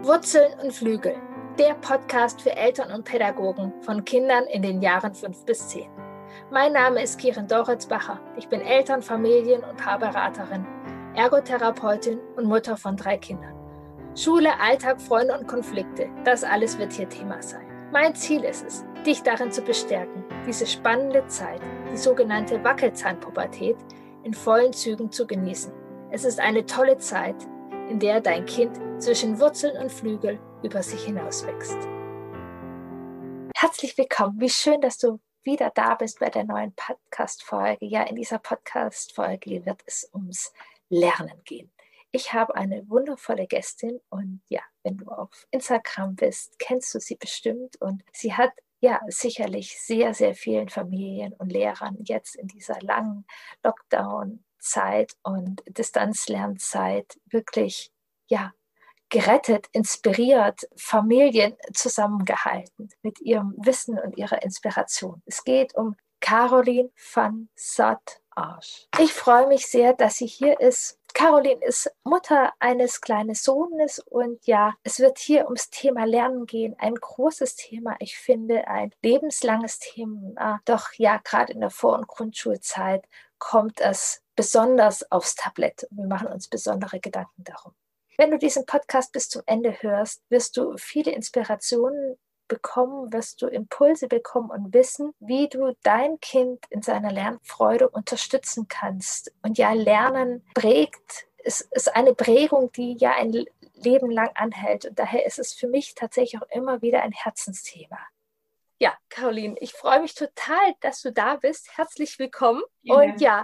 Wurzeln und Flügel, der Podcast für Eltern und Pädagogen von Kindern in den Jahren 5 bis 10. Mein Name ist Kirin Doritzbacher. Ich bin Eltern-, Familien- und Paarberaterin, Ergotherapeutin und Mutter von 3 Kindern. Schule, Alltag, Freunde und Konflikte, das alles wird hier Thema sein. Mein Ziel ist es, dich darin zu bestärken, diese spannende Zeit, die sogenannte Wackelzahnpubertät, in vollen Zügen zu genießen. Es ist eine tolle Zeit, in der dein Kind zwischen Wurzeln und Flügel über sich hinauswächst. Herzlich willkommen. Wie schön, dass du wieder da bist bei der neuen Podcast-Folge. Ja, in dieser Podcast-Folge wird es ums Lernen gehen. Ich habe eine wundervolle Gästin und ja, wenn du auf Instagram bist, kennst du sie bestimmt und sie hat ja sicherlich sehr, sehr vielen Familien und Lehrern jetzt in dieser langen Lockdown-Zeit und Distanzlernzeit wirklich ja gerettet, inspiriert, Familien zusammengehalten mit ihrem Wissen und ihrer Inspiration. Es geht um Caroline van Zat-Arsch. Ich freue mich sehr, dass sie hier ist. Caroline ist Mutter eines kleinen Sohnes und ja, es wird hier ums Thema Lernen gehen. Ein großes Thema, ich finde, ein lebenslanges Thema. Doch ja, gerade in der Vor- und Grundschulzeit kommt es besonders aufs Tablett. Wir machen uns besondere Gedanken darum. Wenn du diesen Podcast bis zum Ende hörst, wirst du viele Inspirationen bekommen, wirst du Impulse bekommen und wissen, wie du dein Kind in seiner Lernfreude unterstützen kannst. Und ja, Lernen prägt, es ist eine Prägung, die ja ein Leben lang anhält. Und daher ist es für mich tatsächlich auch immer wieder ein Herzensthema. Ja, Caroline, ich freue mich total, dass du da bist. Herzlich willkommen. Und ja,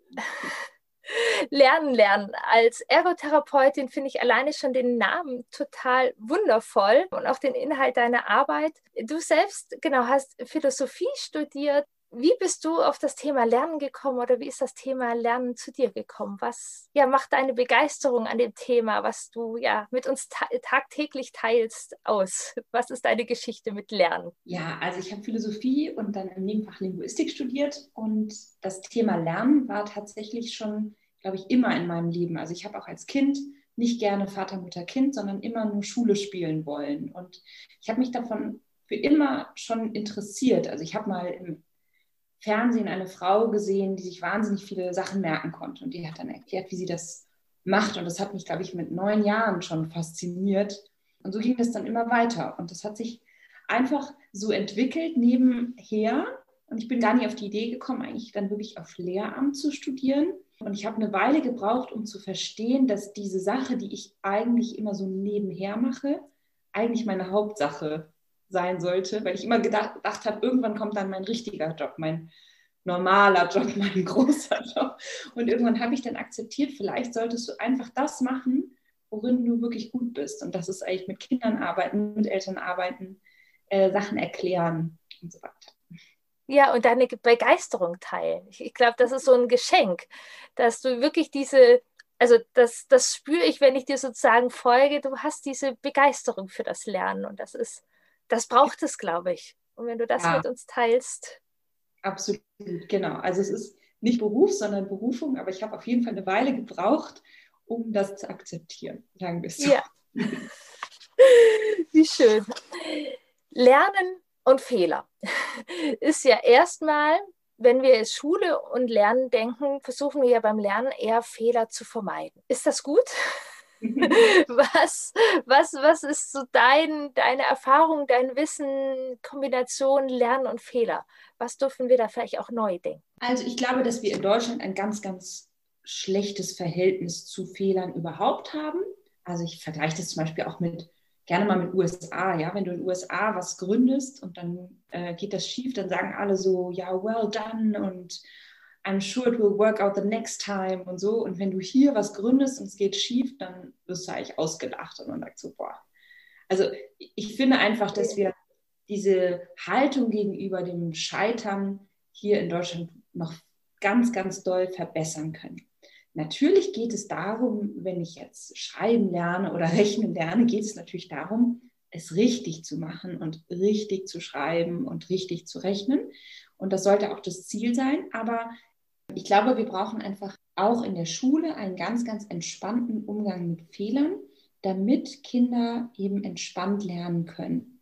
Lernen. Als Ergotherapeutin finde ich alleine schon den Namen total wundervoll und auch den Inhalt deiner Arbeit. Du selbst, genau, hast Philosophie studiert. Wie bist du auf das Thema Lernen gekommen oder wie ist das Thema Lernen zu dir gekommen? Was ja, macht deine Begeisterung an dem Thema, was du ja mit uns tagtäglich teilst, aus? Was ist deine Geschichte mit Lernen? Ja, also ich habe Philosophie und dann im Nebenfach Linguistik studiert und das Thema Lernen war tatsächlich schon, glaube ich, immer in meinem Leben. Also ich habe auch als Kind nicht gerne Vater, Mutter, Kind, sondern immer nur Schule spielen wollen und ich habe mich davon für immer schon interessiert. Also ich habe mal im Fernsehen eine Frau gesehen, die sich wahnsinnig viele Sachen merken konnte und die hat dann erklärt, wie sie das macht und das hat mich, glaube ich, mit 9 Jahren schon fasziniert und so ging das dann immer weiter und das hat sich einfach so entwickelt nebenher und ich bin gar nicht auf die Idee gekommen, eigentlich dann wirklich auf Lehramt zu studieren und ich habe eine Weile gebraucht, um zu verstehen, dass diese Sache, die ich eigentlich immer so nebenher mache, eigentlich meine Hauptsache sein sollte, weil ich immer gedacht habe, irgendwann kommt dann mein richtiger Job, mein normaler Job, mein großer Job. Und irgendwann habe ich dann akzeptiert, vielleicht solltest du einfach das machen, worin du wirklich gut bist. Und das ist eigentlich mit Kindern arbeiten, mit Eltern arbeiten, Sachen erklären und so weiter. Ja, und deine Begeisterung teilen. Ich glaube, das ist so ein Geschenk, dass du wirklich diese, also das spüre ich, wenn ich dir sozusagen folge, du hast diese Begeisterung für das Lernen und das braucht es, glaube ich. Und wenn du das mit uns teilst. Absolut, genau. Also es ist nicht Beruf, sondern Berufung, aber ich habe auf jeden Fall eine Weile gebraucht, um das zu akzeptieren, sagen wir es so. Ja. Wie schön. Lernen und Fehler ist ja erstmal, wenn wir jetzt Schule und Lernen denken, versuchen wir ja beim Lernen eher Fehler zu vermeiden. Ist das gut? Was ist so deine Erfahrung, dein Wissen, Kombination Lernen und Fehler? Was dürfen wir da vielleicht auch neu denken? Also ich glaube, dass wir in Deutschland ein ganz, ganz schlechtes Verhältnis zu Fehlern überhaupt haben. Also ich vergleiche das zum Beispiel auch gerne mal mit USA. Ja? Wenn du in den USA was gründest und dann geht das schief, dann sagen alle so, ja, well done und I'm sure it will work out the next time und so. Und wenn du hier was gründest und es geht schief, dann wirst du eigentlich ausgelacht und man sagt so, boah. Also ich finde einfach, dass wir diese Haltung gegenüber dem Scheitern hier in Deutschland noch ganz, ganz doll verbessern können. Natürlich geht es darum, wenn ich jetzt schreiben lerne oder rechnen lerne, geht es natürlich darum, es richtig zu machen und richtig zu schreiben und richtig zu rechnen. Und das sollte auch das Ziel sein. Aber ich glaube, wir brauchen einfach auch in der Schule einen ganz, ganz entspannten Umgang mit Fehlern. damit Kinder eben entspannt lernen können.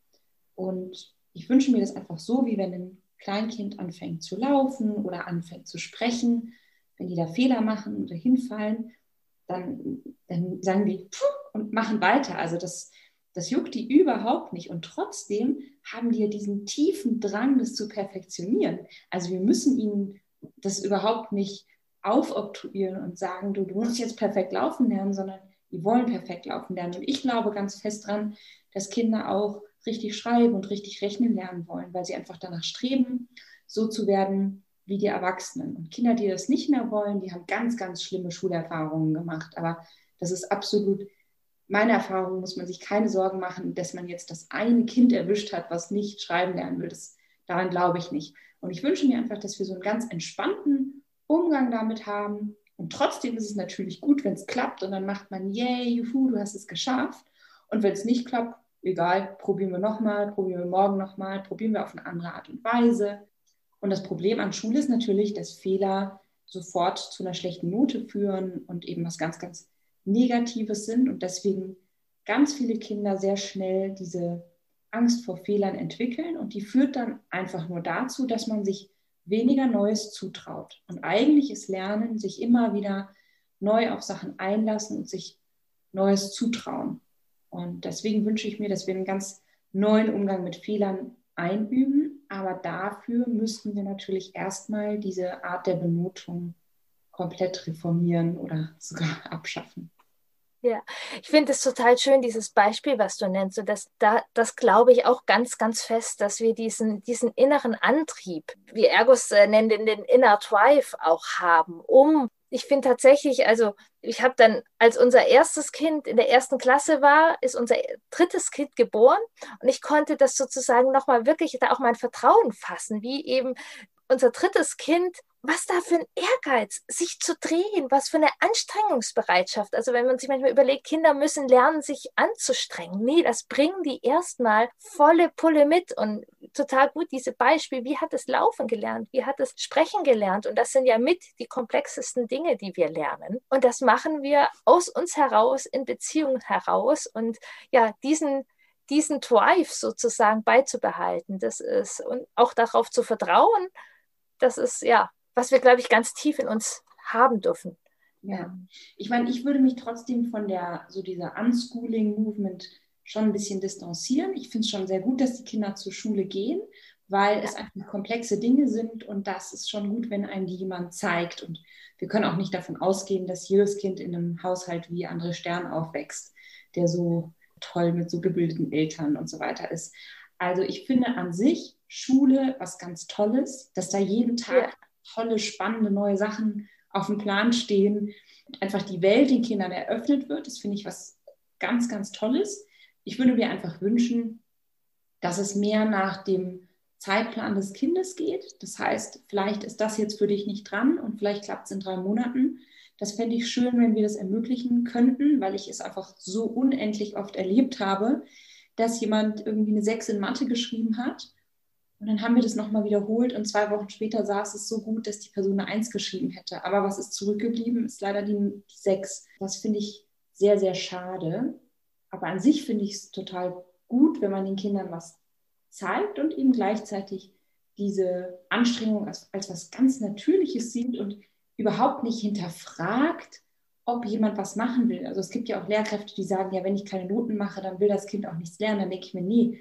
Und ich wünsche mir das einfach so, wie wenn ein Kleinkind anfängt zu laufen oder anfängt zu sprechen. Wenn die da Fehler machen oder hinfallen, dann sagen die Puh und machen weiter. Also das juckt die überhaupt nicht. Und trotzdem haben die ja diesen tiefen Drang, das zu perfektionieren. Also wir müssen ihnen das überhaupt nicht aufoktroyieren und sagen, du musst jetzt perfekt laufen lernen, sondern die wollen perfekt laufen lernen. Und ich glaube ganz fest dran, dass Kinder auch richtig schreiben und richtig rechnen lernen wollen, weil sie einfach danach streben, so zu werden wie die Erwachsenen. Und Kinder, die das nicht mehr wollen, die haben ganz, ganz schlimme Schulerfahrungen gemacht. Aber das ist absolut meine Erfahrung, muss man sich keine Sorgen machen, dass man jetzt das eine Kind erwischt hat, was nicht schreiben lernen will. Daran glaube ich nicht. Und ich wünsche mir einfach, dass wir so einen ganz entspannten Umgang damit haben. Und trotzdem ist es natürlich gut, wenn es klappt und dann macht man, yay, juhu, du hast es geschafft. Und wenn es nicht klappt, egal, probieren wir nochmal, probieren wir morgen nochmal, probieren wir auf eine andere Art und Weise. Und das Problem an Schule ist natürlich, dass Fehler sofort zu einer schlechten Note führen und eben was ganz, ganz Negatives sind und deswegen ganz viele Kinder sehr schnell diese Angst vor Fehlern entwickeln und die führt dann einfach nur dazu, dass man sich weniger Neues zutraut. Und eigentlich ist Lernen, sich immer wieder neu auf Sachen einlassen und sich Neues zutrauen. Und deswegen wünsche ich mir, dass wir einen ganz neuen Umgang mit Fehlern einüben, aber dafür müssten wir natürlich erstmal diese Art der Benotung komplett reformieren oder sogar abschaffen. Ja, ich finde es total schön, dieses Beispiel, was du nennst. Und das glaube ich auch ganz, ganz fest, dass wir diesen inneren Antrieb, wie Ergos nennt, den Inner Drive auch haben, ich finde tatsächlich, also ich habe dann, als unser erstes Kind in der 1. Klasse war, ist unser 3. Kind geboren und ich konnte das sozusagen nochmal wirklich da auch mein Vertrauen fassen, wie eben unser 3. Kind, was da für ein Ehrgeiz, sich zu drehen, was für eine Anstrengungsbereitschaft. Also wenn man sich manchmal überlegt, Kinder müssen lernen, sich anzustrengen. Nee, das bringen die erstmal volle Pulle mit und total gut diese Beispiele. Wie hat es Laufen gelernt? Wie hat es Sprechen gelernt? Und das sind ja mit die komplexesten Dinge, die wir lernen. Und das machen wir aus uns heraus, in Beziehungen heraus. Und ja, diesen Drive sozusagen beizubehalten, das ist, und auch darauf zu vertrauen, das ist ja, was wir, glaube ich, ganz tief in uns haben dürfen. Ja, ich meine, ich würde mich trotzdem von dieser Unschooling-Movement schon ein bisschen distanzieren. Ich finde es schon sehr gut, dass die Kinder zur Schule gehen, weil es einfach komplexe Dinge sind und das ist schon gut, wenn einem die jemand zeigt. Und wir können auch nicht davon ausgehen, dass jedes Kind in einem Haushalt wie André Stern aufwächst, der so toll mit so gebildeten Eltern und so weiter ist. Also ich finde an sich Schule was ganz Tolles, dass da jeden Tag tolle, spannende neue Sachen auf dem Plan stehen, einfach die Welt den Kindern eröffnet wird. Das finde ich was ganz, ganz Tolles. Ich würde mir einfach wünschen, dass es mehr nach dem Zeitplan des Kindes geht. Das heißt, vielleicht ist das jetzt für dich nicht dran und vielleicht klappt es in 3 Monaten. Das fände ich schön, wenn wir das ermöglichen könnten, weil ich es einfach so unendlich oft erlebt habe, dass jemand irgendwie eine 6 in Mathe geschrieben hat. Und dann haben wir das nochmal wiederholt und 2 Wochen später saß es so gut, dass die Person eine 1 geschrieben hätte. Aber was ist zurückgeblieben, ist leider die 6. Das finde ich sehr, sehr schade. Aber an sich finde ich es total gut, wenn man den Kindern was zeigt und eben gleichzeitig diese Anstrengung als was ganz Natürliches sieht und überhaupt nicht hinterfragt, ob jemand was machen will. Also es gibt ja auch Lehrkräfte, die sagen, ja, wenn ich keine Noten mache, dann will das Kind auch nichts lernen. Dann denke ich mir, nee,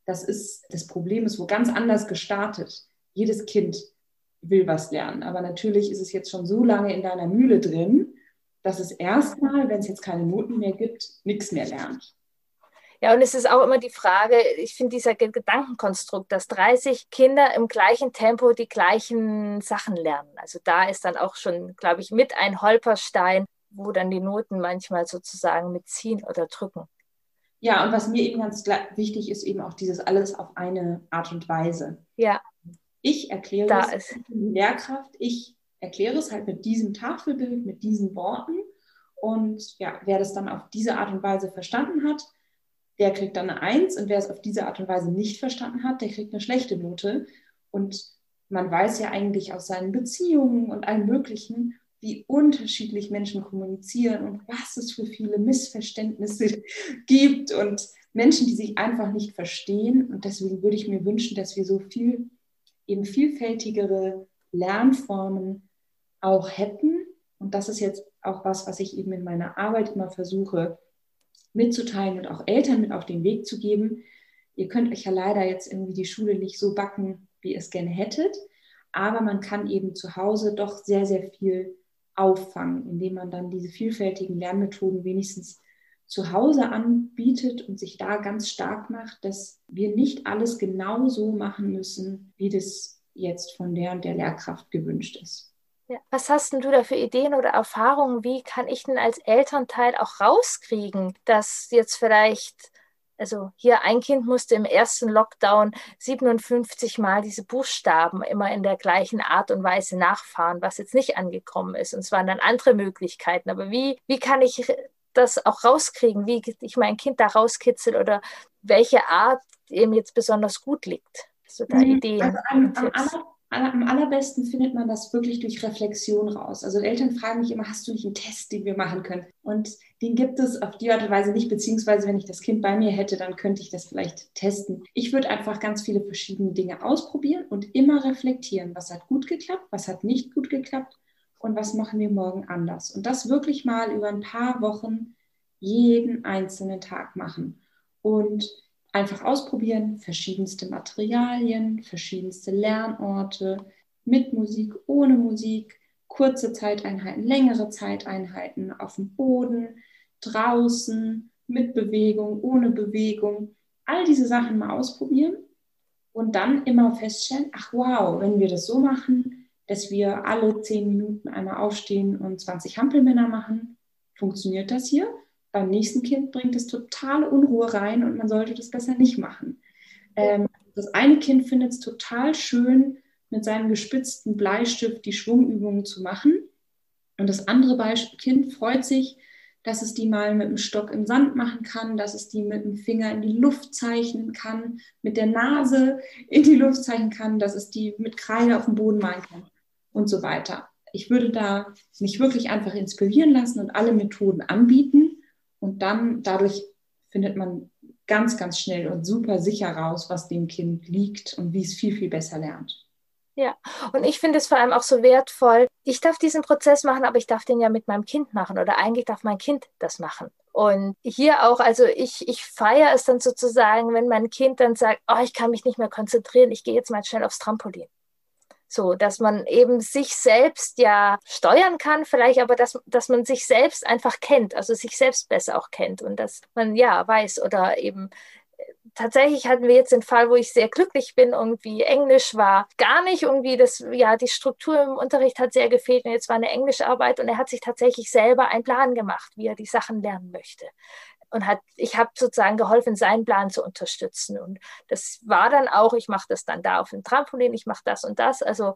das Problem ist wo ganz anders gestartet. Jedes Kind will was lernen, aber natürlich ist es jetzt schon so lange in deiner Mühle drin, dass es erstmal, wenn es jetzt keine Noten mehr gibt, nichts mehr lernt. Ja, und es ist auch immer die Frage, ich finde dieser Gedankenkonstrukt, dass 30 Kinder im gleichen Tempo die gleichen Sachen lernen. Also da ist dann auch schon, glaube ich, mit ein Holperstein, wo dann die Noten manchmal sozusagen mitziehen oder drücken. Ja, und was mir eben ganz wichtig ist, eben auch dieses alles auf eine Art und Weise. Ja. Ich erkläre es, die Lehrkraft, ich erkläre es halt mit diesem Tafelbild, mit diesen Worten. Und ja, wer das dann auf diese Art und Weise verstanden hat, der kriegt dann eine 1. Und wer es auf diese Art und Weise nicht verstanden hat, der kriegt eine schlechte Note. Und man weiß ja eigentlich aus seinen Beziehungen und allem Möglichen, wie unterschiedlich Menschen kommunizieren und was es für viele Missverständnisse gibt und Menschen, die sich einfach nicht verstehen. Und deswegen würde ich mir wünschen, dass wir so viel eben vielfältigere Lernformen auch hätten. Und das ist jetzt auch was ich eben in meiner Arbeit immer versuche mitzuteilen und auch Eltern mit auf den Weg zu geben. Ihr könnt euch ja leider jetzt irgendwie die Schule nicht so backen, wie ihr es gerne hättet, aber man kann eben zu Hause doch sehr, sehr viel auffangen, indem man dann diese vielfältigen Lernmethoden wenigstens zu Hause anbietet und sich da ganz stark macht, dass wir nicht alles genau so machen müssen, wie das jetzt von der und der Lehrkraft gewünscht ist. Ja. Was hast denn du da für Ideen oder Erfahrungen? Wie kann ich denn als Elternteil auch rauskriegen, dass jetzt vielleicht, also hier ein Kind musste im ersten Lockdown 57 Mal diese Buchstaben immer in der gleichen Art und Weise nachfahren, was jetzt nicht angekommen ist. Und es waren dann andere Möglichkeiten. Aber wie kann ich das auch rauskriegen, wie ich mein Kind da rauskitzel oder welche Art ihm jetzt besonders gut liegt? Hast du da Ideen und Tipps? Am allerbesten findet man das wirklich durch Reflexion raus. Also Eltern fragen mich immer, hast du nicht einen Test, den wir machen können? Und den gibt es auf die Art und Weise nicht, beziehungsweise wenn ich das Kind bei mir hätte, dann könnte ich das vielleicht testen. Ich würde einfach ganz viele verschiedene Dinge ausprobieren und immer reflektieren, was hat gut geklappt, was hat nicht gut geklappt und was machen wir morgen anders. Und das wirklich mal über ein paar Wochen jeden einzelnen Tag machen. Und einfach ausprobieren, verschiedenste Materialien, verschiedenste Lernorte, mit Musik, ohne Musik, kurze Zeiteinheiten, längere Zeiteinheiten, auf dem Boden, draußen, mit Bewegung, ohne Bewegung. All diese Sachen mal ausprobieren und dann immer feststellen, ach wow, wenn wir das so machen, dass wir alle 10 Minuten einmal aufstehen und 20 Hampelmänner machen, funktioniert das hier? Beim nächsten Kind bringt es totale Unruhe rein und man sollte das besser nicht machen. Das eine Kind findet es total schön, mit seinem gespitzten Bleistift die Schwungübungen zu machen. Und das andere Kind freut sich, dass es die mal mit dem Stock im Sand machen kann, dass es die mit dem Finger in die Luft zeichnen kann, mit der Nase in die Luft zeichnen kann, dass es die mit Kreide auf dem Boden malen kann und so weiter. Ich würde da mich wirklich einfach inspirieren lassen und alle Methoden anbieten. Und dann dadurch findet man ganz, ganz schnell und super sicher raus, was dem Kind liegt und wie es viel, viel besser lernt. Ja, und ich finde es vor allem auch so wertvoll. Ich darf diesen Prozess machen, aber ich darf den ja mit meinem Kind machen oder eigentlich darf mein Kind das machen. Und hier auch, also ich feiere es dann sozusagen, wenn mein Kind dann sagt, oh, ich kann mich nicht mehr konzentrieren, ich gehe jetzt mal schnell aufs Trampolin. So, dass man eben sich selbst ja steuern kann, vielleicht aber, dass man sich selbst einfach kennt, also sich selbst besser auch kennt und dass man ja weiß oder eben tatsächlich hatten wir jetzt den Fall, wo ich sehr glücklich bin, irgendwie Englisch war gar nicht irgendwie die Struktur im Unterricht hat sehr gefehlt und jetzt war eine Englischarbeit und er hat sich tatsächlich selber einen Plan gemacht, wie er die Sachen lernen möchte. Und ich habe sozusagen geholfen, seinen Plan zu unterstützen. Und das war dann auch, ich mache das dann da auf dem Trampolin, ich mache das und das. Also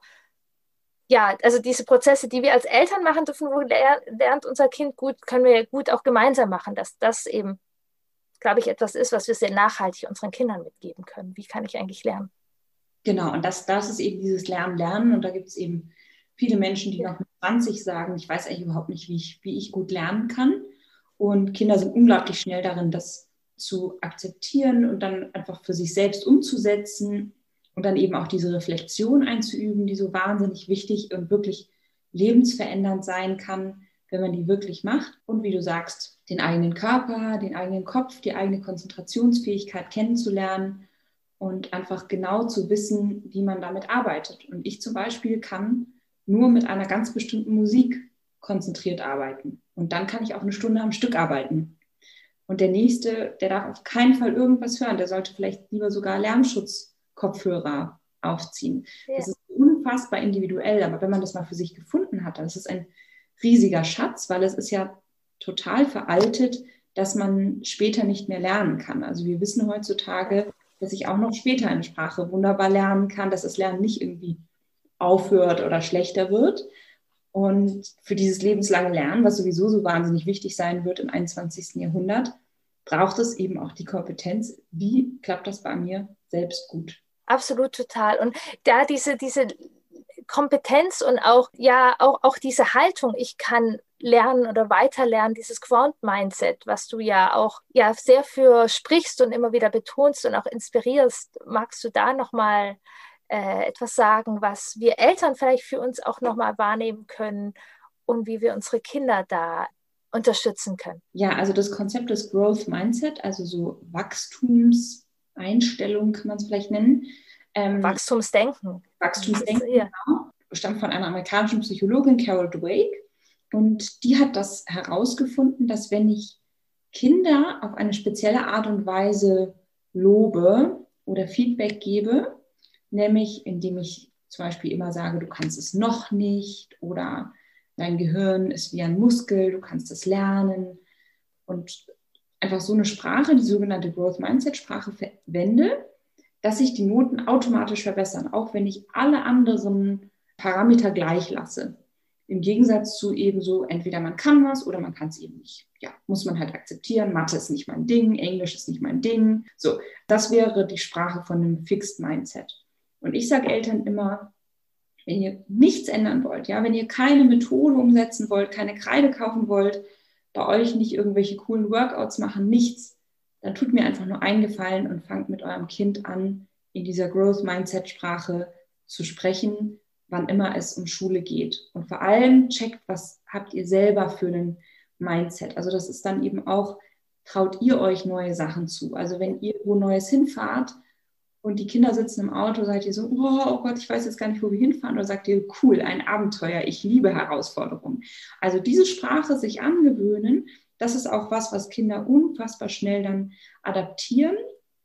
ja, also diese Prozesse, die wir als Eltern machen dürfen, wo lernt unser Kind gut, können wir gut auch gemeinsam machen, dass das eben, glaube ich, etwas ist, was wir sehr nachhaltig unseren Kindern mitgeben können. Wie kann ich eigentlich lernen? Genau, und das ist eben dieses Lernen. Und da gibt es eben viele Menschen, die noch mit 20 sagen, ich weiß eigentlich überhaupt nicht, wie ich gut lernen kann. Und Kinder sind unglaublich schnell darin, das zu akzeptieren und dann einfach für sich selbst umzusetzen und dann eben auch diese Reflexion einzuüben, die so wahnsinnig wichtig und wirklich lebensverändernd sein kann, wenn man die wirklich macht. Und wie du sagst, den eigenen Körper, den eigenen Kopf, die eigene Konzentrationsfähigkeit kennenzulernen und einfach genau zu wissen, wie man damit arbeitet. Und ich zum Beispiel kann nur mit einer ganz bestimmten Musik konzentriert arbeiten. Und dann kann ich auch eine Stunde am Stück arbeiten. Und der Nächste, der darf auf keinen Fall irgendwas hören. Der sollte vielleicht lieber sogar Lärmschutzkopfhörer aufziehen. Ja. Das ist unfassbar individuell. Aber wenn man das mal für sich gefunden hat, dann ist es ein riesiger Schatz, weil es ist ja total veraltet, dass man später nicht mehr lernen kann. Also wir wissen heutzutage, dass ich auch noch später eine Sprache wunderbar lernen kann, dass das Lernen nicht irgendwie aufhört oder schlechter wird. Und für dieses lebenslange Lernen, was sowieso so wahnsinnig wichtig sein wird im 21. Jahrhundert, braucht es eben auch die Kompetenz, wie klappt das bei mir selbst gut. Absolut, total. Und da Kompetenz und auch, ja, auch diese Haltung, ich kann lernen oder weiterlernen, dieses Ground-Mindset, was du ja auch ja sehr für sprichst und immer wieder betonst und auch inspirierst. Magst du da nochmal etwas sagen, was wir Eltern vielleicht für uns auch nochmal wahrnehmen können und wie wir unsere Kinder da unterstützen können? Ja, also das Konzept des Growth Mindset, also so Wachstumseinstellung kann man es vielleicht nennen. Wachstumsdenken. Wachstumsdenken, genau, stammt von einer amerikanischen Psychologin, Carol Dweck. Und die hat das herausgefunden, dass wenn ich Kinder auf eine spezielle Art und Weise lobe oder Feedback gebe, nämlich indem ich zum Beispiel immer sage, du kannst es noch nicht oder dein Gehirn ist wie ein Muskel, du kannst es lernen und einfach so eine Sprache, die sogenannte Growth Mindset Sprache verwende, dass sich die Noten automatisch verbessern, auch wenn ich alle anderen Parameter gleich lasse. Im Gegensatz zu eben so, entweder man kann was oder man kann es eben nicht. Ja, muss man halt akzeptieren. Mathe ist nicht mein Ding, Englisch ist nicht mein Ding. So, das wäre die Sprache von einem Fixed Mindset. Und ich sage Eltern immer, wenn ihr nichts ändern wollt, ja, wenn ihr keine Methode umsetzen wollt, keine Kreide kaufen wollt, bei euch nicht irgendwelche coolen Workouts machen, nichts, dann tut mir einfach nur einen Gefallen und fangt mit eurem Kind an, in dieser Growth Mindset Sprache zu sprechen, wann immer es um Schule geht. Und vor allem checkt, was habt ihr selber für einen Mindset. Also das ist dann eben auch, traut ihr euch neue Sachen zu. Also wenn ihr wo Neues hinfahrt und die Kinder sitzen im Auto, seid ihr so, oh Gott, ich weiß jetzt gar nicht, wo wir hinfahren. Oder sagt ihr, cool, ein Abenteuer, ich liebe Herausforderungen. Also diese Sprache sich angewöhnen, das ist auch was Kinder unfassbar schnell dann adaptieren.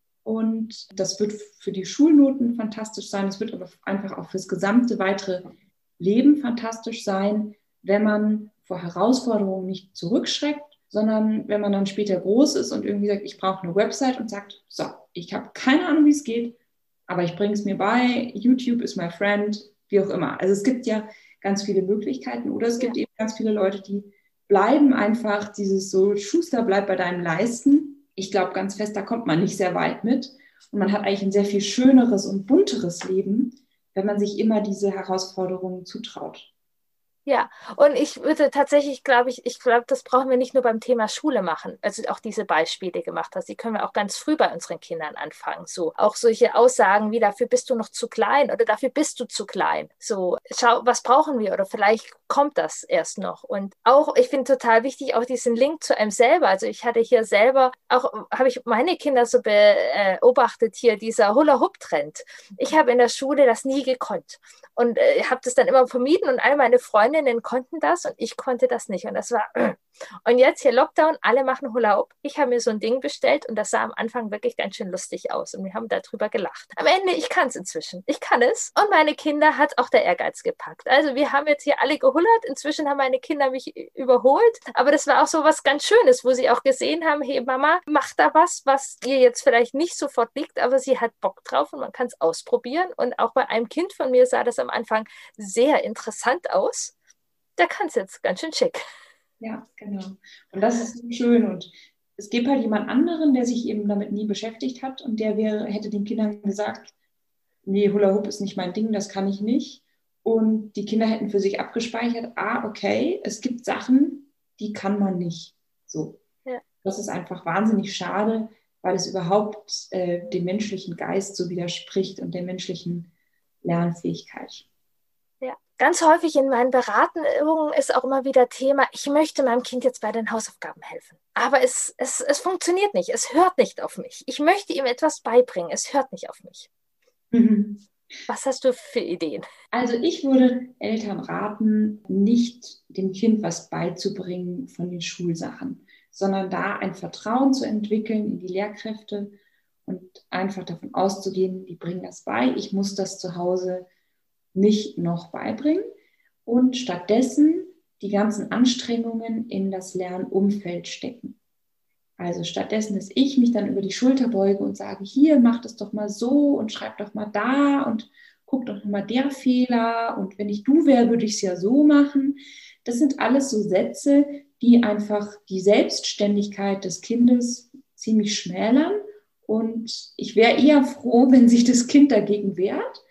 Und das wird für die Schulnoten fantastisch sein. Es wird aber einfach auch fürs gesamte weitere Leben fantastisch sein, wenn man vor Herausforderungen nicht zurückschreckt, sondern wenn man dann später groß ist und irgendwie sagt, ich brauche eine Website und sagt, so, ich habe keine Ahnung, wie es geht, aber ich bringe es mir bei, YouTube is my friend, wie auch immer. Also es gibt ja ganz viele Möglichkeiten oder es gibt eben ganz viele Leute, die bleiben einfach dieses so, Schuster, bleib bei deinem Leisten. Ich glaube ganz fest, da kommt man nicht sehr weit mit. Und man hat eigentlich ein sehr viel schöneres und bunteres Leben, wenn man sich immer diese Herausforderungen zutraut. Ja, und ich würde tatsächlich, ich glaube, das brauchen wir nicht nur beim Thema Schule machen. Also auch diese Beispiele, die du gemacht hast, die können wir auch ganz früh bei unseren Kindern anfangen. So auch solche Aussagen wie, dafür bist du noch zu klein oder dafür bist du zu klein. So, schau, was brauchen wir? Oder vielleicht kommt das erst noch. Und auch, ich finde total wichtig, auch diesen Link zu einem selber. Also ich hatte hier selber, auch habe ich meine Kinder so beobachtet, hier dieser Hula-Hoop-Trend. Ich habe in der Schule das nie gekonnt und habe das dann immer vermieden und all meine Freundinnen konnten das und ich konnte das nicht und das war und jetzt hier Lockdown, alle machen Hula Hoop. Ich habe mir so ein Ding bestellt und das sah am Anfang wirklich ganz schön lustig aus und wir haben darüber gelacht. Am Ende, ich kann es inzwischen. Ich kann es und meine Kinder hat auch der Ehrgeiz gepackt. Also wir haben jetzt hier alle gehullert. Inzwischen haben meine Kinder mich überholt, aber das war auch so was ganz Schönes, wo sie auch gesehen haben, hey Mama, mach da was ihr jetzt vielleicht nicht sofort liegt, aber sie hat Bock drauf und man kann es ausprobieren und auch bei einem Kind von mir sah das am Anfang sehr interessant aus. Der kann es jetzt ganz schön schick. Ja, genau. Und das ist so schön. Und es gibt halt jemand anderen, der sich eben damit nie beschäftigt hat und der hätte den Kindern gesagt, nee, Hula Hoop ist nicht mein Ding, das kann ich nicht. Und die Kinder hätten für sich abgespeichert, okay, es gibt Sachen, die kann man nicht. So. Ja. Das ist einfach wahnsinnig schade, weil es überhaupt dem menschlichen Geist so widerspricht und der menschlichen Lernfähigkeit. Ja, ganz häufig in meinen Beratungen ist auch immer wieder Thema, ich möchte meinem Kind jetzt bei den Hausaufgaben helfen. Aber es funktioniert nicht, es hört nicht auf mich. Ich möchte ihm etwas beibringen, es hört nicht auf mich. Mhm. Was hast du für Ideen? Also ich würde Eltern raten, nicht dem Kind was beizubringen von den Schulsachen, sondern da ein Vertrauen zu entwickeln in die Lehrkräfte und einfach davon auszugehen, die bringen das bei, ich muss das zu Hause nicht noch beibringen und stattdessen die ganzen Anstrengungen in das Lernumfeld stecken. Also stattdessen, dass ich mich dann über die Schulter beuge und sage, hier, mach das doch mal so und schreib doch mal da und guck doch mal der Fehler und wenn ich du wäre, würde ich es ja so machen. Das sind alles so Sätze, die einfach die Selbstständigkeit des Kindes ziemlich schmälern und ich wäre eher froh, wenn sich das Kind dagegen wehrt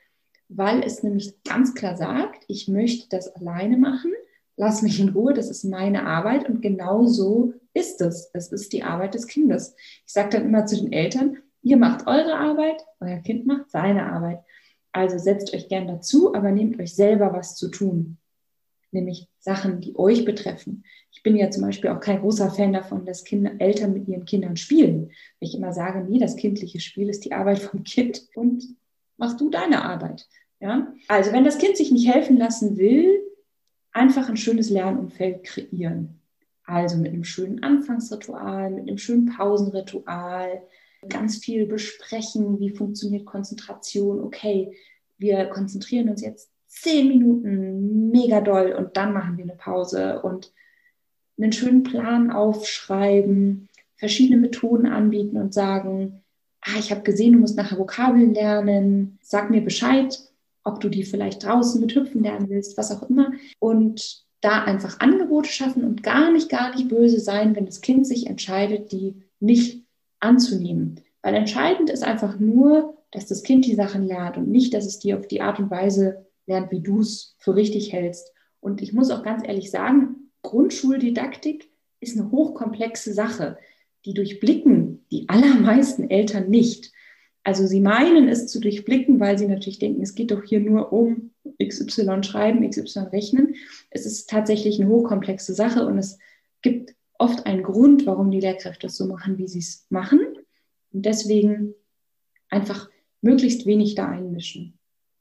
weil es nämlich ganz klar sagt, ich möchte das alleine machen, lass mich in Ruhe, das ist meine Arbeit und genau so ist es. Es ist die Arbeit des Kindes. Ich sage dann immer zu den Eltern, ihr macht eure Arbeit, euer Kind macht seine Arbeit. Also setzt euch gern dazu, aber nehmt euch selber was zu tun, nämlich Sachen, die euch betreffen. Ich bin ja zum Beispiel auch kein großer Fan davon, dass Eltern mit ihren Kindern spielen. Weil ich immer sage, nee, das kindliche Spiel ist die Arbeit vom Kind und mach du deine Arbeit. Ja? Also wenn das Kind sich nicht helfen lassen will, einfach ein schönes Lernumfeld kreieren. Also mit einem schönen Anfangsritual, mit einem schönen Pausenritual, ganz viel besprechen, wie funktioniert Konzentration. Okay, wir konzentrieren uns jetzt 10 Minuten mega doll und dann machen wir eine Pause und einen schönen Plan aufschreiben, verschiedene Methoden anbieten und sagen, ich habe gesehen, du musst nachher Vokabeln lernen, sag mir Bescheid, ob du die vielleicht draußen mit Hüpfen lernen willst, was auch immer. Und da einfach Angebote schaffen und gar nicht böse sein, wenn das Kind sich entscheidet, die nicht anzunehmen. Weil entscheidend ist einfach nur, dass das Kind die Sachen lernt und nicht, dass es die auf die Art und Weise lernt, wie du es für richtig hältst. Und ich muss auch ganz ehrlich sagen, Grundschuldidaktik ist eine hochkomplexe Sache. Die durchblicken die allermeisten Eltern nicht. Also sie meinen es zu durchblicken, weil sie natürlich denken, es geht doch hier nur um XY schreiben, XY rechnen. Es ist tatsächlich eine hochkomplexe Sache und es gibt oft einen Grund, warum die Lehrkräfte es so machen, wie sie es machen. Und deswegen einfach möglichst wenig da einmischen.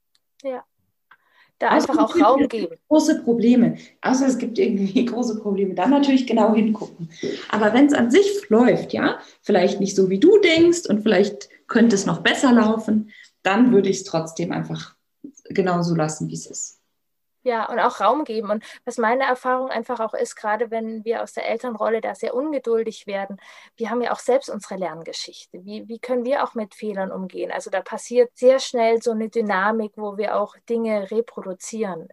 Ja, da einfach auch Raum geben. Große Probleme, außer es gibt irgendwie große Probleme, dann natürlich genau hingucken. Aber wenn es an sich läuft, ja, vielleicht nicht so, wie du denkst und vielleicht könnte es noch besser laufen, dann würde ich es trotzdem einfach genauso lassen, wie es ist. Ja, und auch Raum geben. Und was meine Erfahrung einfach auch ist, gerade wenn wir aus der Elternrolle da sehr ungeduldig werden, wir haben ja auch selbst unsere Lerngeschichte. Wie können wir auch mit Fehlern umgehen? Also da passiert sehr schnell so eine Dynamik, wo wir auch Dinge reproduzieren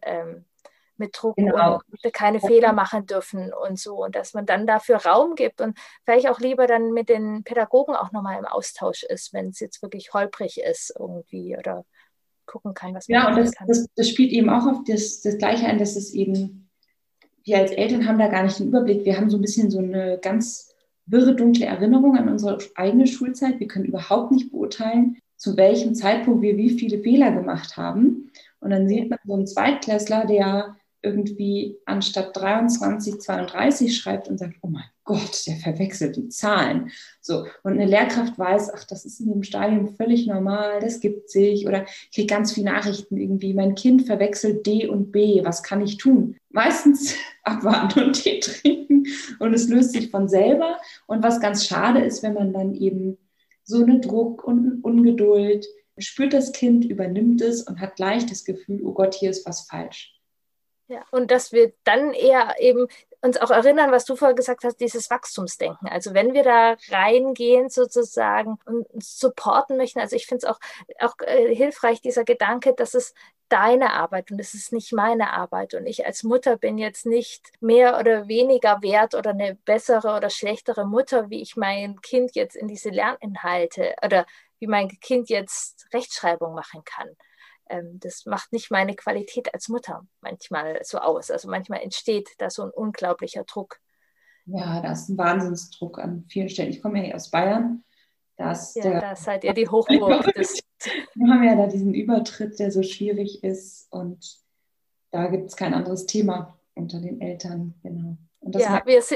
mit Druck Genau. Und keine Fehler machen dürfen und so. Und dass man dann dafür Raum gibt und vielleicht auch lieber dann mit den Pädagogen auch nochmal im Austausch ist, wenn es jetzt wirklich holprig ist irgendwie oder gucken kann, was man machen kann. Das spielt eben auch auf das Gleiche ein, dass es eben, wir als Eltern haben da gar nicht den Überblick. Wir haben so ein bisschen so eine ganz wirre, dunkle Erinnerung an unsere eigene Schulzeit. Wir können überhaupt nicht beurteilen, zu welchem Zeitpunkt wir wie viele Fehler gemacht haben. Und dann sieht man so einen Zweitklässler, der irgendwie anstatt 23, 32 schreibt und sagt, oh mein Gott, der verwechselt die Zahlen. So, und eine Lehrkraft weiß, ach, das ist in dem Stadium völlig normal, das gibt sich. Oder ich kriege ganz viele Nachrichten irgendwie, mein Kind verwechselt D und B, was kann ich tun? Meistens abwarten und Tee trinken und es löst sich von selber. Und was ganz schade ist, wenn man dann eben so einen Druck und eine Ungeduld spürt, das Kind übernimmt es und hat gleich das Gefühl, oh Gott, hier ist was falsch. Ja, und dass wir dann eher eben uns auch erinnern, was du vorher gesagt hast, dieses Wachstumsdenken. Also wenn wir da reingehen sozusagen und uns supporten möchten, also ich finde es auch hilfreich, dieser Gedanke, dass es deine Arbeit und es ist nicht meine Arbeit. Und ich als Mutter bin jetzt nicht mehr oder weniger wert oder eine bessere oder schlechtere Mutter, wie ich mein Kind jetzt in diese Lerninhalte oder wie mein Kind jetzt Rechtschreibung machen kann. Das macht nicht meine Qualität als Mutter manchmal so aus. Also manchmal entsteht da so ein unglaublicher Druck. Ja, da ist ein Wahnsinnsdruck an vielen Stellen. Ich komme ja hier aus Bayern. Da seid ihr die Hochburg. Wir haben ja da diesen Übertritt, der so schwierig ist. Und da gibt es kein anderes Thema unter den Eltern. Genau. Und das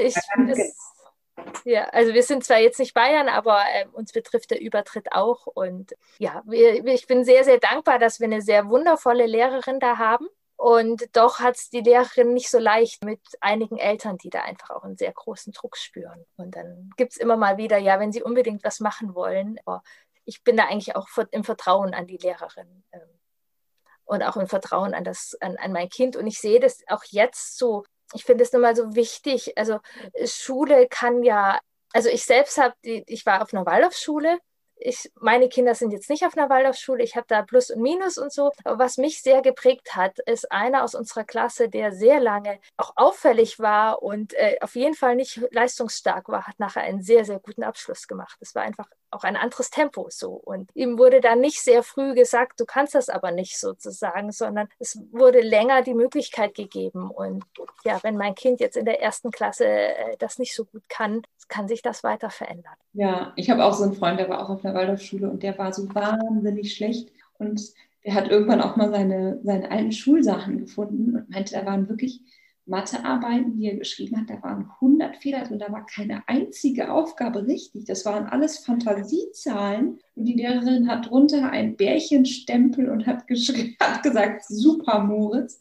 also wir sind zwar jetzt nicht Bayern, aber uns betrifft der Übertritt auch. Und ja, ich bin sehr, sehr dankbar, dass wir eine sehr wundervolle Lehrerin da haben. Und doch hat es die Lehrerin nicht so leicht mit einigen Eltern, die da einfach auch einen sehr großen Druck spüren. Und dann gibt es immer mal wieder, ja, wenn sie unbedingt was machen wollen. Aber ich bin da eigentlich auch im Vertrauen an die Lehrerin und auch im Vertrauen an mein Kind. Und ich sehe das auch jetzt so. Ich finde es nochmal so wichtig, also Schule kann ja, also ich selbst ich war auf einer Waldorfschule Meine Kinder sind jetzt nicht auf einer Waldorfschule, ich habe da Plus und Minus und so. Aber was mich sehr geprägt hat, ist einer aus unserer Klasse, der sehr lange auch auffällig war und auf jeden Fall nicht leistungsstark war, hat nachher einen sehr, sehr guten Abschluss gemacht. Es war einfach auch ein anderes Tempo so. Und ihm wurde dann nicht sehr früh gesagt, du kannst das aber nicht sozusagen, sondern es wurde länger die Möglichkeit gegeben. Und ja, wenn mein Kind jetzt in der ersten Klasse das nicht so gut kann sich das weiter verändern. Ja, ich habe auch so einen Freund, der war auch auf einer Waldorfschule und der war so wahnsinnig schlecht. Und der hat irgendwann auch mal seine alten Schulsachen gefunden und meinte, da waren wirklich Mathearbeiten, die er geschrieben hat, da waren 100 Fehler drin, da war keine einzige Aufgabe richtig. Das waren alles Fantasiezahlen. Und die Lehrerin hat drunter einen Bärchenstempel und hat gesagt, super, Moritz.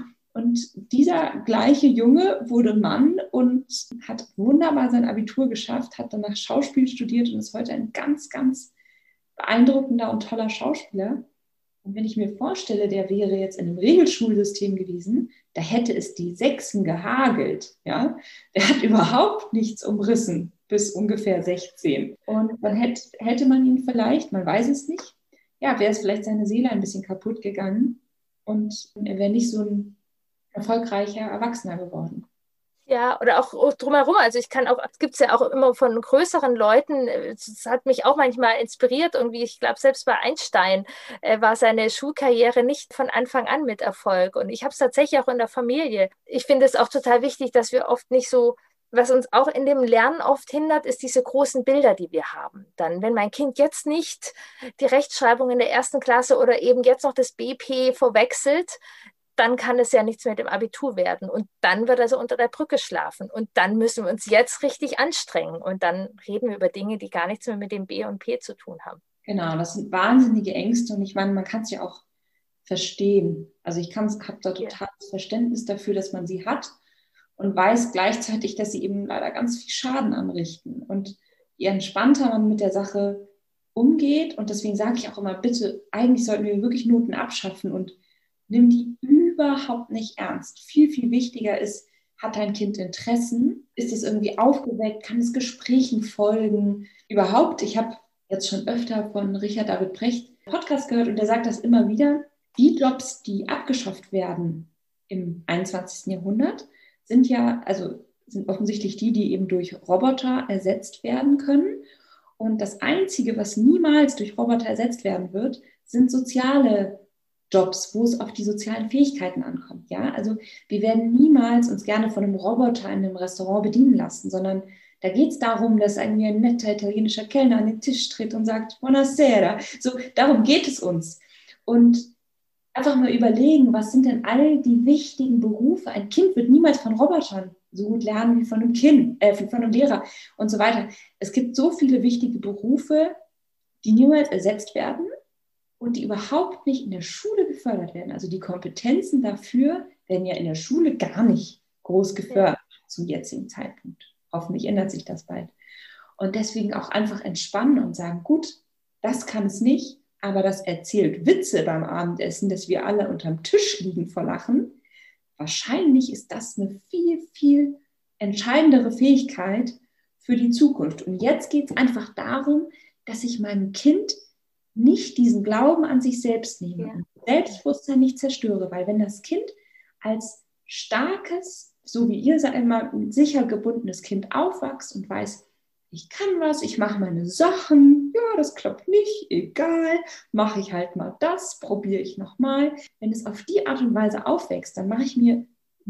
Und dieser gleiche Junge wurde Mann und hat wunderbar sein Abitur geschafft, hat danach Schauspiel studiert und ist heute ein ganz, ganz beeindruckender und toller Schauspieler. Und wenn ich mir vorstelle, der wäre jetzt in einem Regelschulsystem gewesen, da hätte es die Sechsen gehagelt. Ja? Der hat überhaupt nichts umrissen bis ungefähr 16. Und dann hätte man ihn vielleicht, man weiß es nicht, ja, wäre es vielleicht seine Seele ein bisschen kaputt gegangen und er wäre nicht so ein erfolgreicher Erwachsener geworden. Ja, oder auch drumherum. Also es gibt es ja auch immer von größeren Leuten, das hat mich auch manchmal inspiriert. Irgendwie, ich glaube, selbst bei Einstein war seine Schulkarriere nicht von Anfang an mit Erfolg. Und ich habe es tatsächlich auch in der Familie. Ich finde es auch total wichtig, dass wir oft nicht so, was uns auch in dem Lernen oft hindert, ist diese großen Bilder, die wir haben. Dann, wenn mein Kind jetzt nicht die Rechtschreibung in der ersten Klasse oder eben jetzt noch das BP verwechselt, dann kann es ja nichts mit dem Abitur werden. Und dann wird er so unter der Brücke schlafen. Und dann müssen wir uns jetzt richtig anstrengen. Und dann reden wir über Dinge, die gar nichts mehr mit dem B und P zu tun haben. Genau, das sind wahnsinnige Ängste. Und ich meine, man kann es ja auch verstehen. Also ich habe da totales Verständnis dafür, dass man sie hat und weiß gleichzeitig, dass sie eben leider ganz viel Schaden anrichten. Und je entspannter man mit der Sache umgeht, und deswegen sage ich auch immer, bitte, eigentlich sollten wir wirklich Noten abschaffen und nimm die überhaupt nicht ernst. Viel, viel wichtiger ist, hat dein Kind Interessen? Ist es irgendwie aufgeweckt? Kann es Gesprächen folgen? Überhaupt, ich habe jetzt schon öfter von Richard David Precht einen Podcast gehört und der sagt das immer wieder, die Jobs, die abgeschafft werden im 21. Jahrhundert, sind offensichtlich die eben durch Roboter ersetzt werden können. Und das Einzige, was niemals durch Roboter ersetzt werden wird, sind soziale Jobs, wo es auf die sozialen Fähigkeiten ankommt. Ja? Also wir werden niemals uns gerne von einem Roboter in einem Restaurant bedienen lassen, sondern da geht es darum, dass ein netter italienischer Kellner an den Tisch tritt und sagt, Buonasera. So, darum geht es uns. Und einfach mal überlegen, was sind denn all die wichtigen Berufe? Ein Kind wird niemals von Robotern so gut lernen wie von einem von einem Lehrer und so weiter. Es gibt so viele wichtige Berufe, die niemals ersetzt werden und die überhaupt nicht in der Schule gefördert werden. Also die Kompetenzen dafür werden ja in der Schule gar nicht groß gefördert zum jetzigen Zeitpunkt. Hoffentlich ändert sich das bald. Und deswegen auch einfach entspannen und sagen, gut, das kann es nicht, aber das erzählt Witze beim Abendessen, dass wir alle unterm Tisch liegen vor Lachen. Wahrscheinlich ist das eine viel, viel entscheidendere Fähigkeit für die Zukunft. Und jetzt geht es einfach darum, dass ich meinem Kind nicht diesen Glauben an sich selbst nehme und Selbstbewusstsein nicht zerstöre, weil wenn das Kind als starkes, so wie ihr sagt immer, sicher gebundenes Kind aufwächst und weiß, ich kann was, ich mache meine Sachen, ja, das klappt nicht, egal, mache ich halt mal das, probiere ich nochmal. Wenn es auf die Art und Weise aufwächst, dann mache ich mir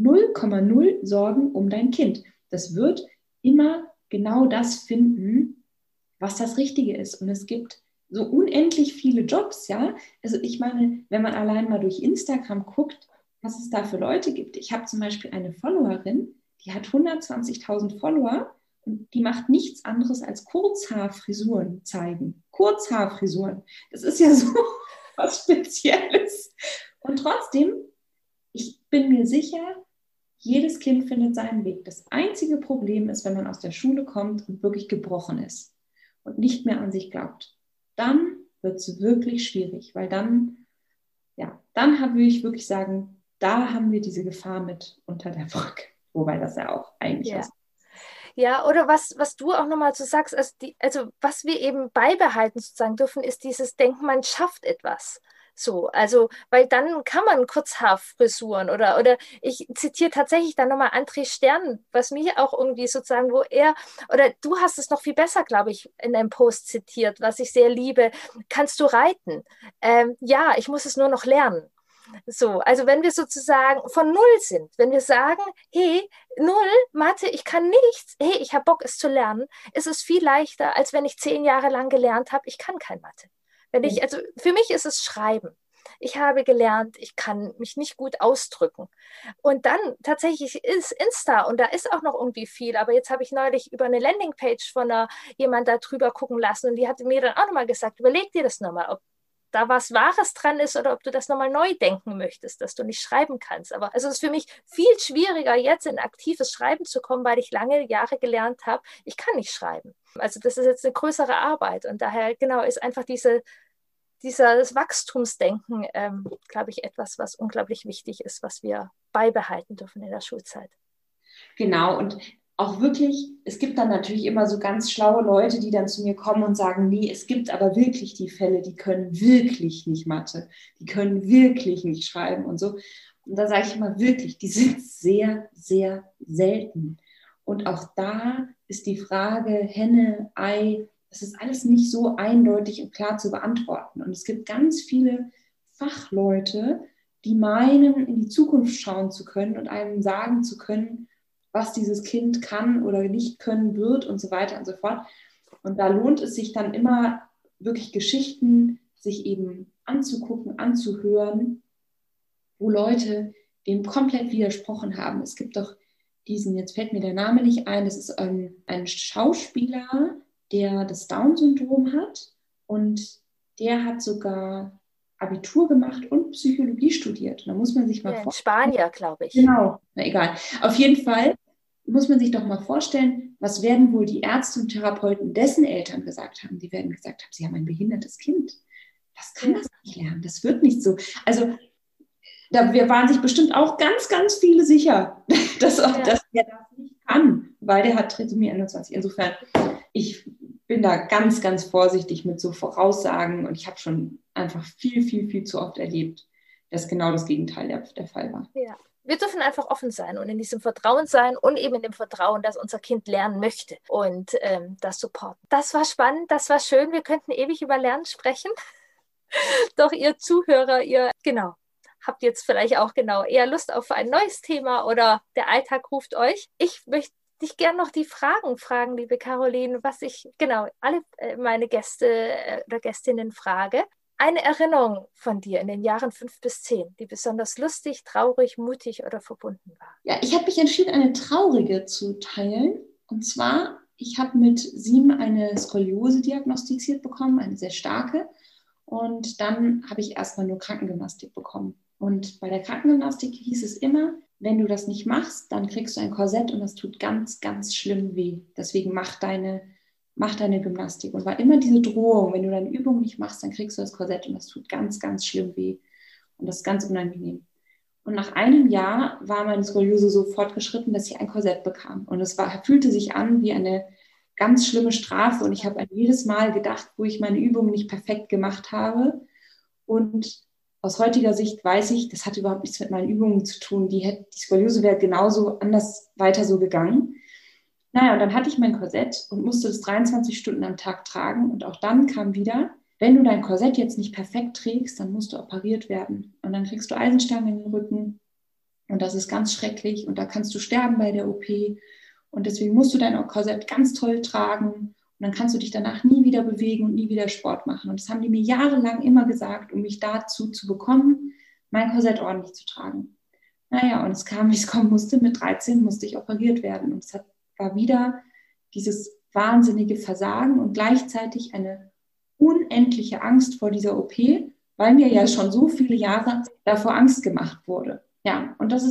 0,0 Sorgen um dein Kind. Das wird immer genau das finden, was das Richtige ist. Und es gibt so unendlich viele Jobs, ja. Also ich meine, wenn man allein mal durch Instagram guckt, was es da für Leute gibt. Ich habe zum Beispiel eine Followerin, die hat 120.000 Follower und die macht nichts anderes als Kurzhaarfrisuren zeigen. Kurzhaarfrisuren. Das ist ja so was Spezielles. Und trotzdem, ich bin mir sicher, jedes Kind findet seinen Weg. Das einzige Problem ist, wenn man aus der Schule kommt und wirklich gebrochen ist und nicht mehr an sich glaubt. Dann wird es wirklich schwierig, weil dann würde ich wirklich sagen, da haben wir diese Gefahr mit unter der Brücke. Wobei das ja auch eigentlich ist. Ja, oder was du auch nochmal so sagst, also was wir eben beibehalten sozusagen dürfen, ist dieses Denken, man schafft etwas. So, also, weil dann kann man Kurzhaarfrisuren oder ich zitiere tatsächlich dann nochmal André Stern, was mich auch irgendwie sozusagen, oder du hast es noch viel besser, glaube ich, in einem Post zitiert, was ich sehr liebe. Kannst du reiten? Ja, ich muss es nur noch lernen. So, also wenn wir sozusagen von Null sind, wenn wir sagen, hey, Null, Mathe, ich kann nichts, hey, ich habe Bock, es zu lernen, ist es viel leichter, als wenn ich 10 Jahre lang gelernt habe, ich kann kein Mathe. Also für mich ist es Schreiben. Ich habe gelernt, ich kann mich nicht gut ausdrücken. Und dann tatsächlich ist Insta und da ist auch noch irgendwie viel. Aber jetzt habe ich neulich über eine Landingpage von jemand da drüber gucken lassen und die hatte mir dann auch nochmal gesagt, überleg dir das nochmal, ob da was Wahres dran ist oder ob du das nochmal neu denken möchtest, dass du nicht schreiben kannst. Aber also es ist für mich viel schwieriger, jetzt in aktives Schreiben zu kommen, weil ich lange Jahre gelernt habe, ich kann nicht schreiben. Also das ist jetzt eine größere Arbeit und daher genau ist einfach dieses Wachstumsdenken, glaube ich, etwas, was unglaublich wichtig ist, was wir beibehalten dürfen in der Schulzeit. Genau, und auch wirklich, es gibt dann natürlich immer so ganz schlaue Leute, die dann zu mir kommen und sagen, nee, es gibt aber wirklich die Fälle, die können wirklich nicht Mathe, die können wirklich nicht schreiben und so. Und da sage ich immer wirklich, die sind sehr, sehr selten. Und auch da ist die Frage Henne, Ei, das ist alles nicht so eindeutig und klar zu beantworten. Und es gibt ganz viele Fachleute, die meinen, in die Zukunft schauen zu können und einem sagen zu können, was dieses Kind kann oder nicht können wird und so weiter und so fort. Und da lohnt es sich dann immer wirklich Geschichten sich eben anzugucken, anzuhören, wo Leute dem komplett widersprochen haben. Es gibt doch jetzt fällt mir der Name nicht ein, das ist ein Schauspieler, der das Down-Syndrom hat und der hat sogar Abitur gemacht und Psychologie studiert. Und da muss man sich mal In Spanien, glaube ich. Genau, na egal. Auf jeden Fall muss man sich doch mal vorstellen, was werden wohl die Ärzte und Therapeuten dessen Eltern gesagt haben? Die werden gesagt haben, sie haben ein behindertes Kind. Das kann das nicht lernen, das wird nicht so. Also wir waren sich bestimmt auch ganz, ganz viele sicher, dass er das nicht kann, weil der hat Trisomie 21. Insofern, ich bin da ganz, ganz vorsichtig mit so Voraussagen und ich habe schon einfach viel, viel, viel zu oft erlebt, dass genau das Gegenteil der Fall war. Ja. Wir dürfen einfach offen sein und in diesem Vertrauen sein und eben in dem Vertrauen, dass unser Kind lernen möchte und das supporten. Das war spannend, das war schön. Wir könnten ewig über Lernen sprechen. Doch ihr Zuhörer, genau, habt jetzt vielleicht auch genau eher Lust auf ein neues Thema oder der Alltag ruft euch. Ich möchte dich gerne noch die Fragen fragen, liebe Caroline, was ich genau alle meine Gäste oder Gästinnen frage. Eine Erinnerung von dir in den Jahren 5 bis 10, die besonders lustig, traurig, mutig oder verbunden war? Ja, ich habe mich entschieden, eine traurige zu teilen. Und zwar, ich habe mit 7 eine Skoliose diagnostiziert bekommen, eine sehr starke. Und dann habe ich erstmal nur Krankengymnastik bekommen. Und bei der Krankengymnastik hieß es immer, wenn du das nicht machst, dann kriegst du ein Korsett und das tut ganz, ganz schlimm weh. Deswegen mach deine Gymnastik. Und war immer diese Drohung, wenn du deine Übung nicht machst, dann kriegst du das Korsett und das tut ganz, ganz schlimm weh. Und das ist ganz unangenehm. Und nach einem Jahr war meine Skoliose so fortgeschritten, dass ich ein Korsett bekam. Und es fühlte sich an wie eine ganz schlimme Strafe. Und ich habe an jedes Mal gedacht, wo ich meine Übungen nicht perfekt gemacht habe. Und aus heutiger Sicht weiß ich, das hatte überhaupt nichts mit meinen Übungen zu tun. Die Skoliose wäre genauso anders weiter so gegangen. Naja, und dann hatte ich mein Korsett und musste das 23 Stunden am Tag tragen. Und auch dann kam wieder, wenn du dein Korsett jetzt nicht perfekt trägst, dann musst du operiert werden. Und dann kriegst du Eisenstangen in den Rücken. Und das ist ganz schrecklich. Und da kannst du sterben bei der OP. Und deswegen musst du dein Korsett ganz toll tragen. Und dann kannst du dich danach nie wieder bewegen und nie wieder Sport machen. Und das haben die mir jahrelang immer gesagt, um mich dazu zu bekommen, mein Korsett ordentlich zu tragen. Naja, und es kam, wie es kommen musste. Mit 13 musste ich operiert werden. Und es war wieder dieses wahnsinnige Versagen und gleichzeitig eine unendliche Angst vor dieser OP, weil mir ja schon so viele Jahre davor Angst gemacht wurde. Ja, und das ist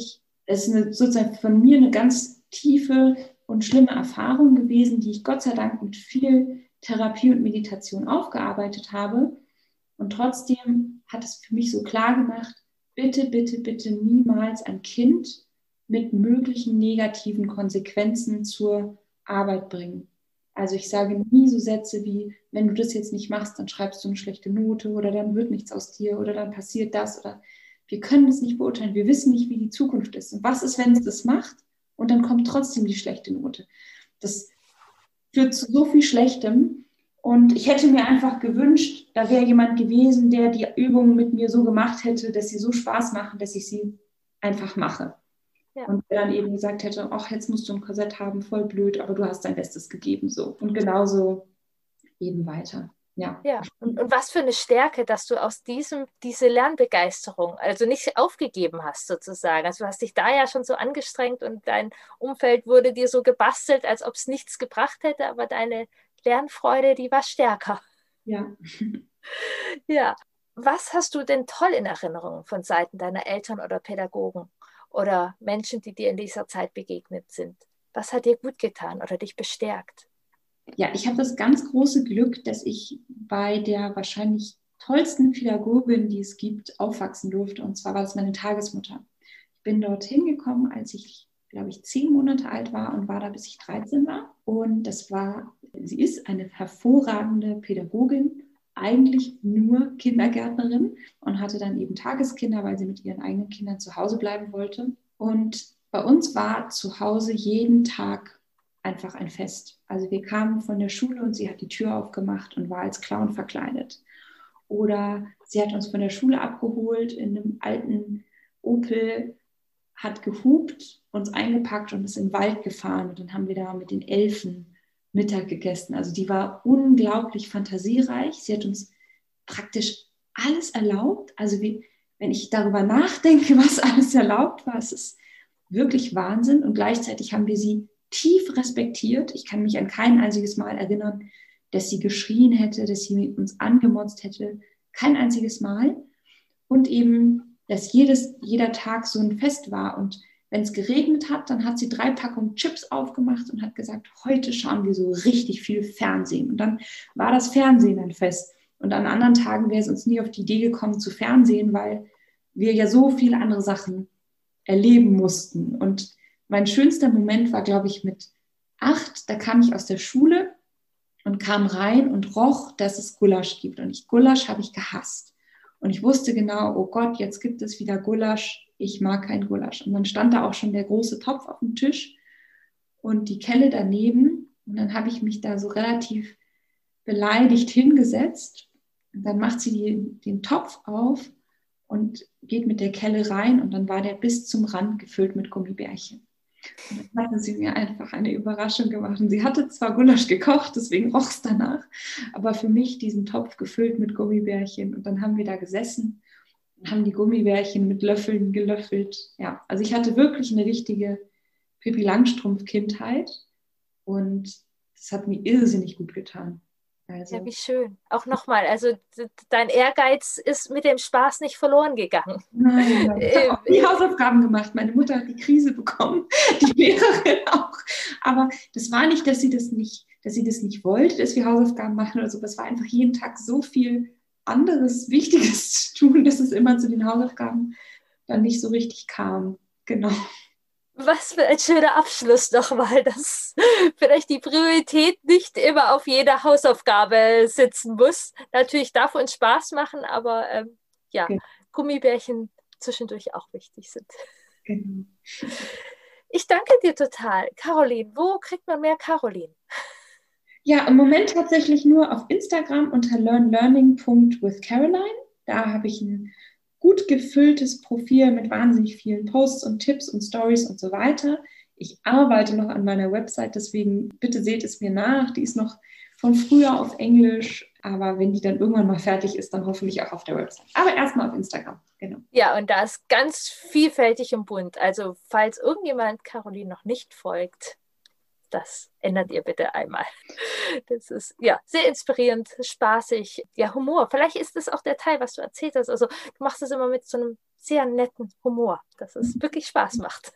sozusagen von mir eine ganz tiefe und schlimme Erfahrung gewesen, die ich Gott sei Dank mit viel Therapie und Meditation aufgearbeitet habe. Und trotzdem hat es für mich so klar gemacht, bitte, bitte, bitte niemals ein Kind mit möglichen negativen Konsequenzen zur Arbeit bringen. Also ich sage nie so Sätze wie, wenn du das jetzt nicht machst, dann schreibst du eine schlechte Note oder dann wird nichts aus dir oder dann passiert das oder wir können das nicht beurteilen, wir wissen nicht, wie die Zukunft ist. Und was ist, wenn es das macht und dann kommt trotzdem die schlechte Note? Das führt zu so viel Schlechtem. Und ich hätte mir einfach gewünscht, da wäre jemand gewesen, der die Übungen mit mir so gemacht hätte, dass sie so Spaß machen, dass ich sie einfach mache. Ja. Und der dann eben gesagt hätte, ach, jetzt musst du ein Korsett haben, voll blöd, aber du hast dein Bestes gegeben. So. Und genauso eben weiter. Ja. Ja, und was für eine Stärke, dass du aus diese Lernbegeisterung, also nicht aufgegeben hast sozusagen. Also du hast dich da ja schon so angestrengt und dein Umfeld wurde dir so gebastelt, als ob es nichts gebracht hätte, aber deine Lernfreude, die war stärker. Ja. Ja. Was hast du denn toll in Erinnerung von Seiten deiner Eltern oder Pädagogen oder Menschen, die dir in dieser Zeit begegnet sind? Was hat dir gut getan oder dich bestärkt? Ja, ich habe das ganz große Glück, dass ich bei der wahrscheinlich tollsten Pädagogin, die es gibt, aufwachsen durfte. Und zwar war das meine Tagesmutter. Ich bin dorthin gekommen, als ich, glaube ich, 10 Monate alt war und war da, bis ich 13 war. Und sie ist eine hervorragende Pädagogin, eigentlich nur Kindergärtnerin und hatte dann eben Tageskinder, weil sie mit ihren eigenen Kindern zu Hause bleiben wollte. Und bei uns war zu Hause jeden Tag einfach ein Fest. Also wir kamen von der Schule und sie hat die Tür aufgemacht und war als Clown verkleidet. Oder sie hat uns von der Schule abgeholt in einem alten Opel, hat gehupt, uns eingepackt und ist in den Wald gefahren. Und dann haben wir da mit den Elfen Mittag gegessen. Also die war unglaublich fantasiereich. Sie hat uns praktisch alles erlaubt. Also wenn ich darüber nachdenke, was alles erlaubt war, es ist wirklich Wahnsinn. Und gleichzeitig haben wir sie tief respektiert. Ich kann mich an kein einziges Mal erinnern, dass sie geschrien hätte, dass sie uns angemotzt hätte. Kein einziges Mal. Und eben, dass jeder Tag so ein Fest war. Und wenn es geregnet hat, dann hat sie 3 Packungen Chips aufgemacht und hat gesagt, heute schauen wir so richtig viel Fernsehen. Und dann war das Fernsehen ein Fest. Und an anderen Tagen wäre es uns nie auf die Idee gekommen zu Fernsehen, weil wir ja so viele andere Sachen erleben mussten. Und mein schönster Moment war, glaube ich, mit 8. Da kam ich aus der Schule und kam rein und roch, dass es Gulasch gibt. Und Gulasch habe ich gehasst. Und ich wusste genau, oh Gott, jetzt gibt es wieder Gulasch. Ich mag kein Gulasch. Und dann stand da auch schon der große Topf auf dem Tisch und die Kelle daneben. Und dann habe ich mich da so relativ beleidigt hingesetzt. Und dann macht sie den Topf auf und geht mit der Kelle rein. Und dann war der bis zum Rand gefüllt mit Gummibärchen. Und dann hatte sie mir einfach eine Überraschung gemacht. Und sie hatte zwar Gulasch gekocht, deswegen roch es danach, aber für mich diesen Topf gefüllt mit Gummibärchen. Und dann haben wir da gesessen und haben die Gummibärchen mit Löffeln gelöffelt. Ja, also ich hatte wirklich eine richtige Pippi Langstrumpf-Kindheit und das hat mir irrsinnig gut getan. Also. Ja, wie schön. Auch nochmal, also dein Ehrgeiz ist mit dem Spaß nicht verloren gegangen. Nein, ich habe auch die Hausaufgaben gemacht. Meine Mutter hat die Krise bekommen, die Lehrerin auch. Aber das war nicht, dass sie das nicht wollte, dass wir Hausaufgaben machen oder so. Es war einfach jeden Tag so viel anderes, Wichtiges zu tun, dass es immer zu den Hausaufgaben dann nicht so richtig kam. Genau. Was für ein schöner Abschluss nochmal, dass vielleicht die Priorität nicht immer auf jeder Hausaufgabe sitzen muss. Natürlich darf uns Spaß machen, aber ja, genau. Gummibärchen zwischendurch auch wichtig sind. Genau. Ich danke dir total. Caroline, wo kriegt man mehr Caroline? Ja, im Moment tatsächlich nur auf Instagram unter learnlearning.withcaroline. Da habe ich ein gut gefülltes Profil mit wahnsinnig vielen Posts und Tipps und Stories und so weiter. Ich arbeite noch an meiner Website, deswegen bitte seht es mir nach. Die ist noch von früher auf Englisch, aber wenn die dann irgendwann mal fertig ist, dann hoffentlich auch auf der Website. Aber erstmal auf Instagram, genau. Ja, und da ist ganz vielfältig und bunt. Also falls irgendjemand Caroline noch nicht folgt, das ändert ihr bitte einmal. Das ist ja sehr inspirierend, spaßig, ja, Humor. Vielleicht ist das auch der Teil, was du erzählt hast. Also du machst es immer mit so einem sehr netten Humor, dass es wirklich Spaß macht.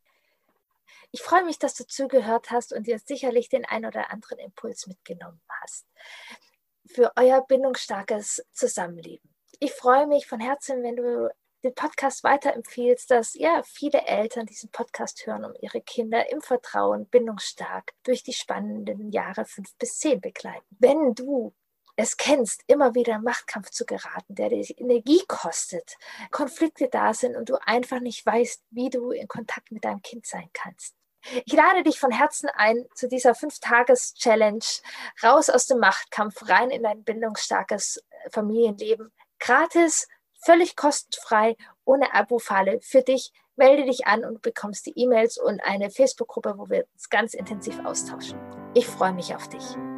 Ich freue mich, dass du zugehört hast und dir sicherlich den ein oder anderen Impuls mitgenommen hast für euer bindungsstarkes Zusammenleben. Ich freue mich von Herzen, wenn du den Podcast weiterempfiehlst, dass ja viele Eltern diesen Podcast hören, um ihre Kinder im Vertrauen bindungsstark durch die spannenden Jahre 5 bis 10 begleiten. Wenn du es kennst, immer wieder in Machtkampf zu geraten, der dich Energie kostet, Konflikte da sind und du einfach nicht weißt, wie du in Kontakt mit deinem Kind sein kannst. Ich lade dich von Herzen ein zu dieser 5-Tages-Challenge, raus aus dem Machtkampf, rein in ein bindungsstarkes Familienleben. Gratis, völlig kostenfrei, ohne Abo-Falle für dich. Melde dich an und bekommst die E-Mails und eine Facebook-Gruppe, wo wir uns ganz intensiv austauschen. Ich freue mich auf dich.